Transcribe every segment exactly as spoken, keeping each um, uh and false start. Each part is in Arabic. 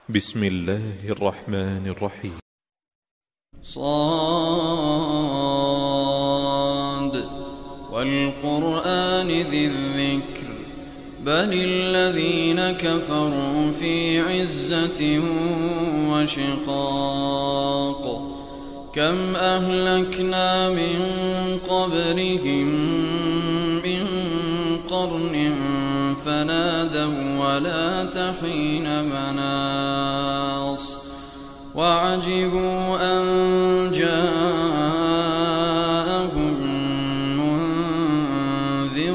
بسم الله الرحمن الرحيم. صاد والقرآن ذي الذكر بل الذين كفروا في عزة وشقاق كم أهلكنا من قبلهم من قرن فنادوا ولا تحين مناص وعجبوا أن جاءهم منذر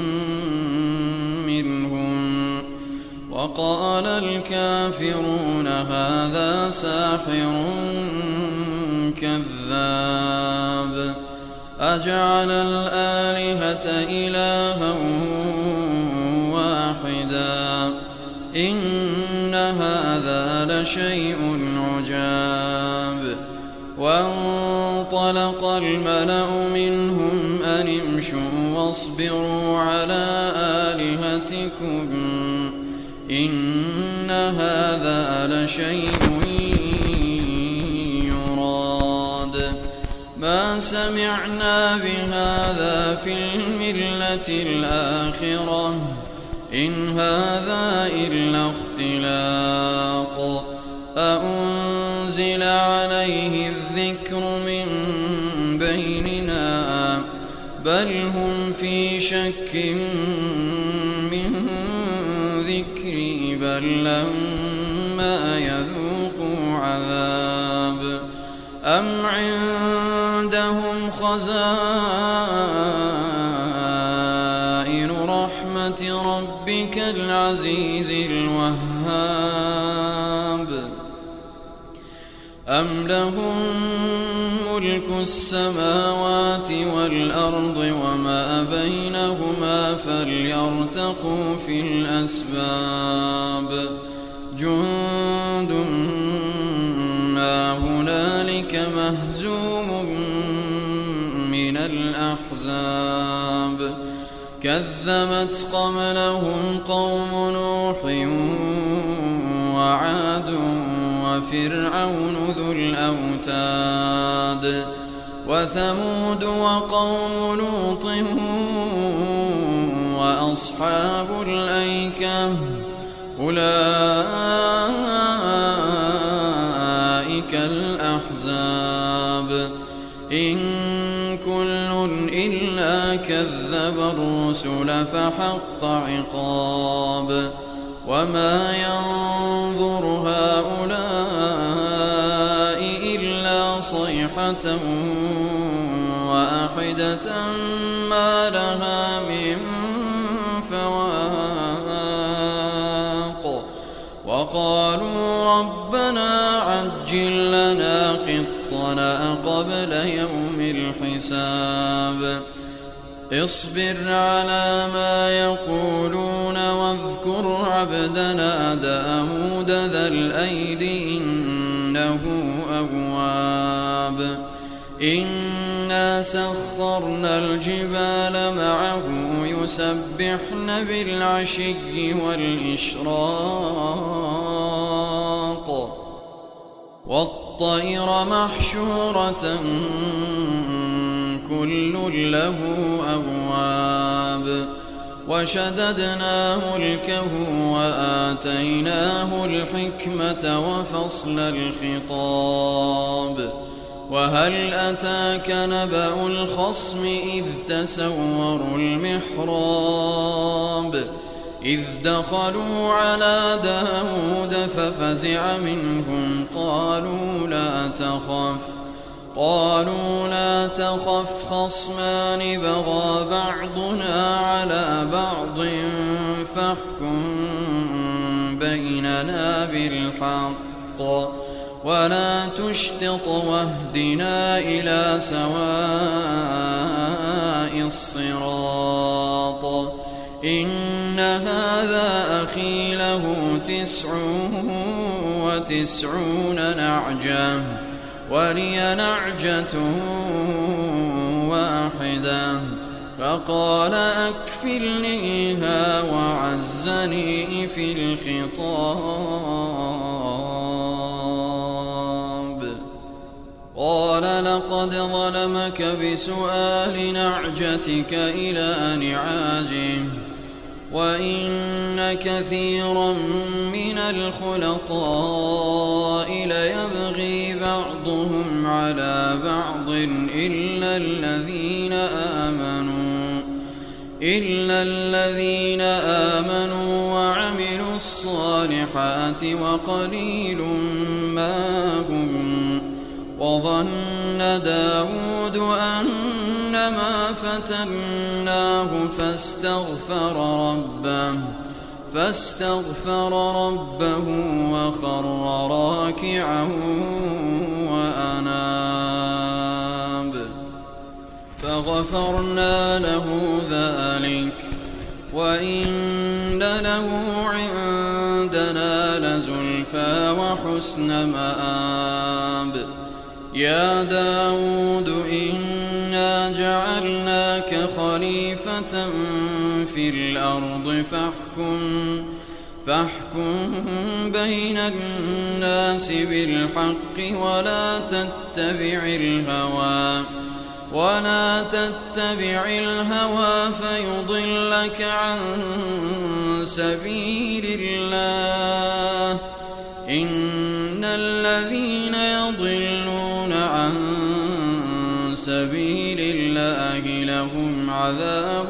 منهم وقال الكافرون هذا ساحر كذاب أجعل الآلهة إلها واحدا إن هذا لشيء عجاب وانطلق الملأ منهم أن امشوا واصبروا على آلهتكم إن هذا لشيء يراد ما سمعنا بهذا في الملة الآخرة إن هذا إلا اختلاق أأنزل عليه الذكر من بيننا بل هم في شك من ذكري بل لما يذوقوا عذاب أم عندهم خزائن رحمة ربك العزيز الوهاب أم لهم ملك السماوات والأرض وما بينهما فليرتقوا في الأسباب جند ما هنالك مهزوم من الأحزاب كذبت قبلهم قوم نوح وعاد وفرعون ذو الأوتاد وثمود وقوم لوط وأصحاب الأيكة أولئك الأحزاب إن كل إلا كذب الرسل فحق عقاب وما ينظر هؤلاء إلا صيحة واحدة ما لها من فواق وقالوا ربنا عجل لنا قطنا قبل يوم الحساب اصبر على ما يقولون واذكر عبدنا داود ذا الأيد إنه أواب إنا سخرنا الجبال معه يسبحن بالعشي والإشراق والطير محشورة كل له أواب وشددنا ملكه وآتيناه الحكمة وفصل الخطاب وهل أتاك نبأ الخصم إذ تسوروا المحراب إذ دخلوا على داود ففزع منهم قالوا لا تخف قالوا لا تخف خصمان بغى بعضنا على بعض فاحكم بيننا بالحق ولا تشطط واهدنا إلى سواء الصراط إن هذا أخي له تسع وتسعون نعجة ولي نعجة واحدة فقال أكفلنيها وعزني في الخطاب. قال لقد ظلمك بسؤال نعجتك إلى نعاجه وإن كثيرا من الخلطاء ليبغي بعضهم على بعض إلا الذين آمنوا إلا الذين آمنوا وعملوا الصالحات وقليل ما هم وظن داود أنما فتناه فاستغفر ربه فاستغفر ربه وخر راكعا وأناب فغفرنا له ذلك وإن له عندنا لزلفى وحسن مآب يا داود إنا جعلناك خليفة في الأرض فاحكم فاحكم بين الناس بالحق ولا تتبع الهوى ولا تتبع الهوى فيضلك عن سبيل الله إن الذين يضلون عن سبيل الله لهم عذاب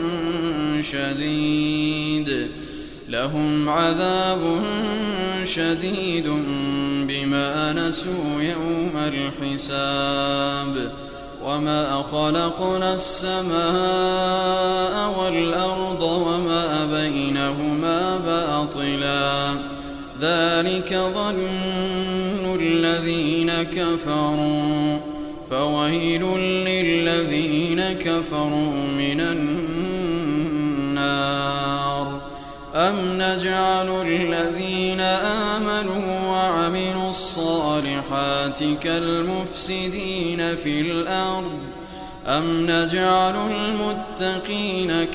شديد لهم عذاب شديد بما نسوا يوم الحساب وما خلقنا السماء والأرض وما بينهما باطلا ذلك ظن الذين كفروا فويل للذين كفروا من النار أم نجعل الذين آمنوا وعملوا الصالحات كالمفسدين في الأرض أم نجعل المتقين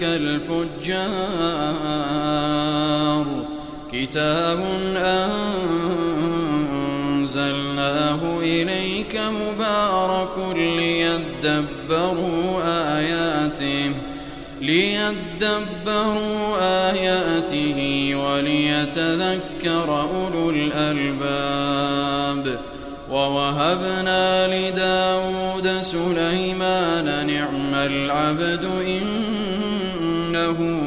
كالفجار كتاب أنزلناه إليك مبارك ليدبروا آياته ليدبروا آياته وليتذكر أولو الألباب ووهبنا لداود سليمان نعم العبد إنه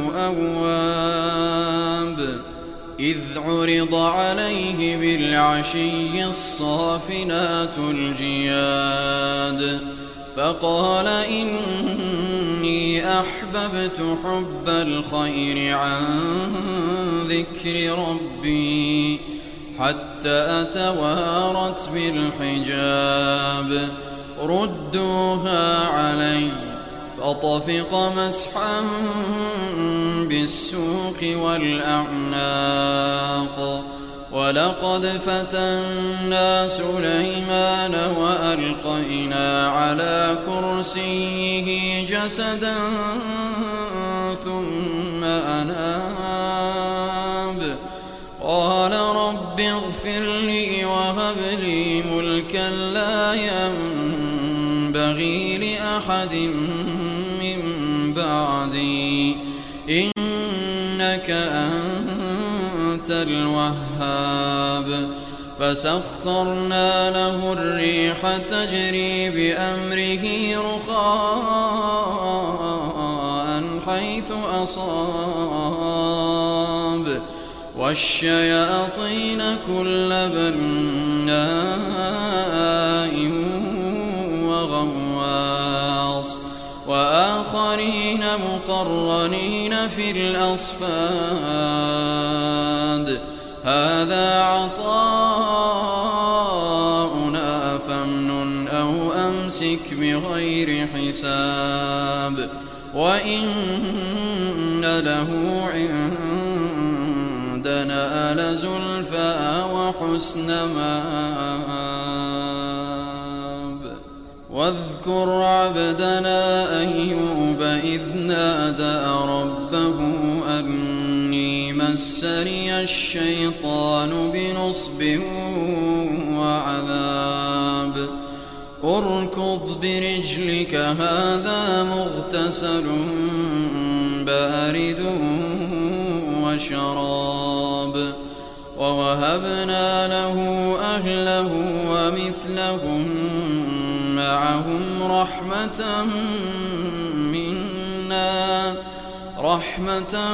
أواب إذ عرض عليه بالعشي الصافنات الجياد فقال إني أحببت حب الخير عن ذكر ربي حتى أتوارت بالحجاب ردوها علي فطفق مسحا بالسوق والأعناق ولقد فتنا سليمان وألقينا على كرسيه جسدا ثم أناب قال رب اغفر لي وهب لي ملكا لا ينبغي لأحد من بعدي إنك أنت الوهاب فسخرنا له الريح تجري بأمره رخاء حيث أصاب والشياطين كل بناء وغواص وآخرين مقرنين في الأصفاد هذا عطاؤنا فامنن أو أمسك بغير حساب وإن له عندنا لزلفى وحسن مآب واذكر عبدنا أيوب إذ نادى ربه أني مسني الشيطان بنصب وعذاب اركض برجلك هذا مغتسل بارد وشراب ووهبنا له أهله ومثلهم معهم رحمة منا رحمة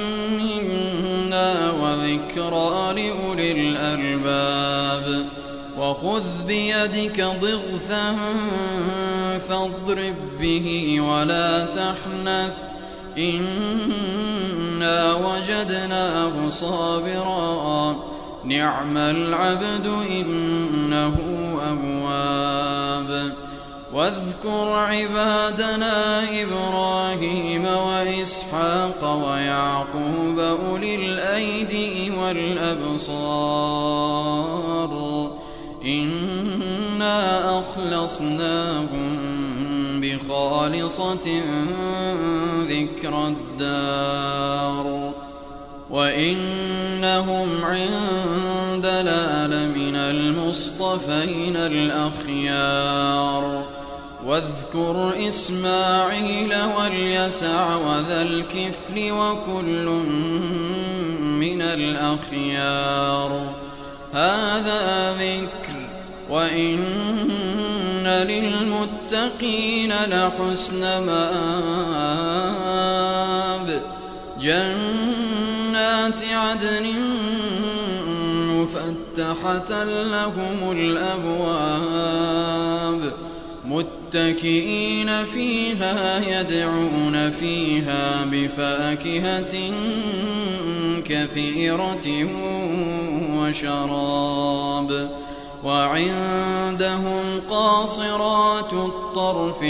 منا وذكرى لأولي الألباب وخذ بيدك ضغثا فاضرب به ولا تحنث إنا وجدناه صابرا نعم العبد إنه أواب واذكر عبادنا إبراهيم وإسحاق ويعقوب أولي الأيدي والأبصار إنا أخلصناهم بخالصة ذكر الدار وإنهم عندنا لمن المصطفين الأخيار واذكر إسماعيل واليسع وذا الكفل وكل من الأخيار هذا ذكر وإن للمتقين لحسن مآب جنات عدن مفتحة لهم الأبواب متكئين فيها يدعون فيها بفاكهة كثيرة وشراب وعندهم قاصرات الطرف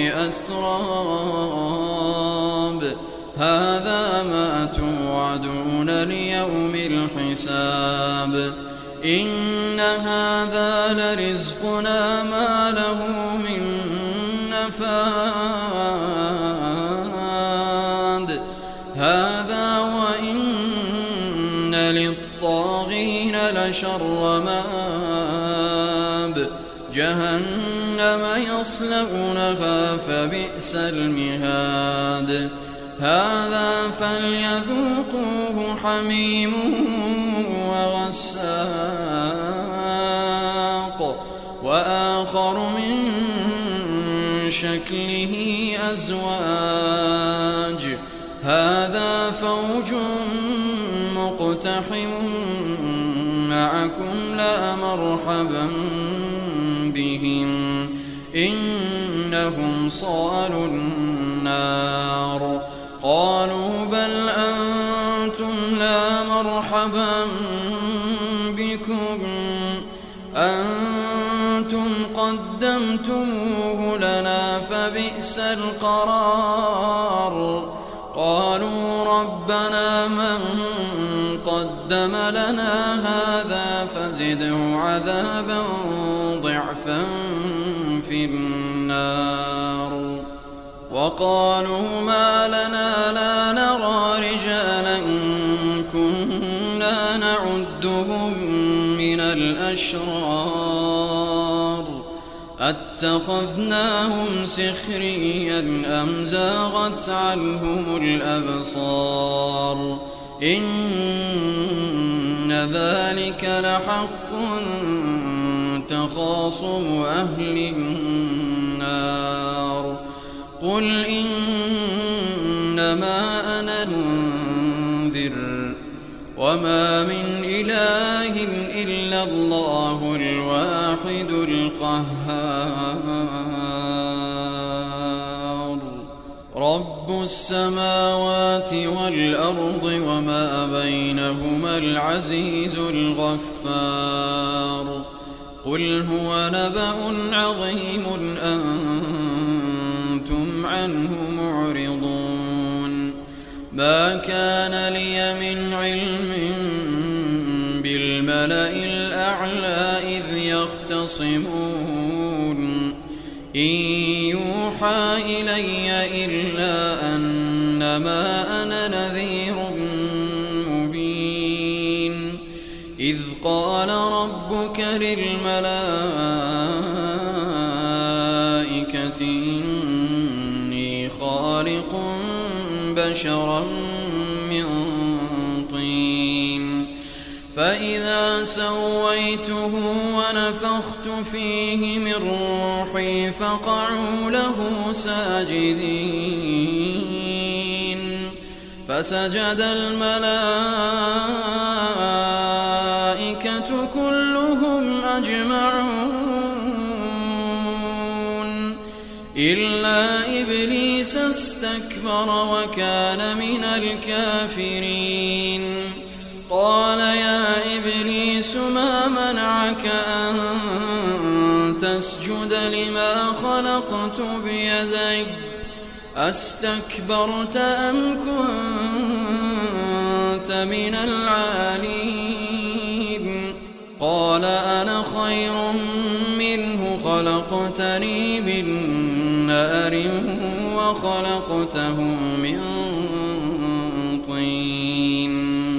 أتراب هذا ما توعدون ليوم الحساب إن هذا لرزقنا ما له من نفاد هذا وإن للطاغين لشر مآب جهنم يصلونها فبئس المهاد هذا فليذوقوه حميم وغساق وآخر من شكله أزواج هذا فوج مقتحم معكم لا مرحبا بهم إنهم صالوا النار قالوا بل أنتم لا مرحبا بكم أنتم قدمتموه لنا فبئس القرار قالوا ربنا من قدم لنا هذا فزده عذابا ضعفا في النار وقالوا ما لنا لا نرى رجالا كنا نعدهم من الأشرار أتخذناهم سخريا أم زاغت عنهم الأبصار إن ذلك لحق تخاصم أهل النار قل إنما أنا منذر وما من إله إلا الله الواحد القهار رب السماوات والأرض وما بينهما العزيز الغفار قل هو نبأ عظيم أنتم عنه معرضون ما كان لي من علم بالملأ الأعلى إذ يختصمون إن يوحى إلي إلا أنما أنا نذير مبين إذ قال ربك للملائكة بشرا من طين فإذا سويته ونفخت فيه من روحي فقعوا له ساجدين فسجد الملائكة كلهم أجمعون إلا إبليس استكبر وكان من الكافرين قال يا إبليس ما منعك أن تسجد لما خلقت بيدي أستكبرت أم كنت من العالين قال أنا خير منه خلقتني من نار وخلقته من طين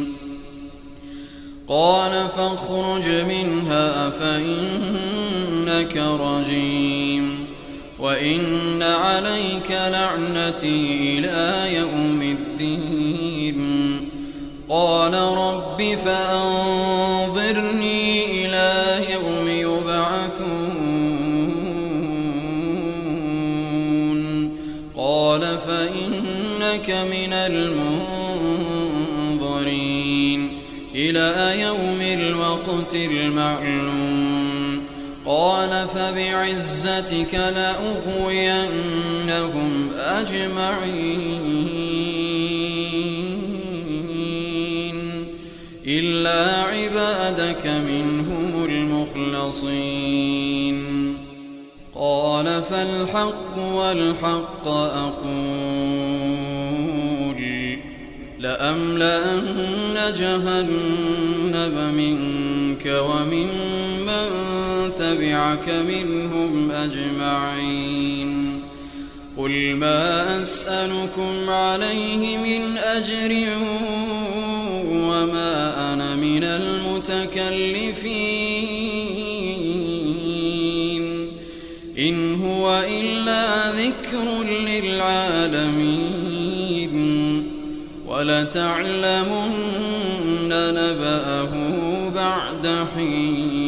قال فاخرج منها فإنك رجيم وإن عليك لعنتي إلى يوم الدين قال رب فأنظرني إلى يوم يبعثون قال فإنك من المنظرين إلى يوم الوقت المعلوم قال فبعزتك لأغوينهم أجمعين إلا عبادك منهم المخلصين قال فالحق والحق أقول لأملأن جهنم منك ومن من تبعك منهم أجمعين قل ما أسألكم عليه من أجر وما أنا من المتكلفين إن هو إلا ذكر للعالمين ولتعلمن نبأه بعد حين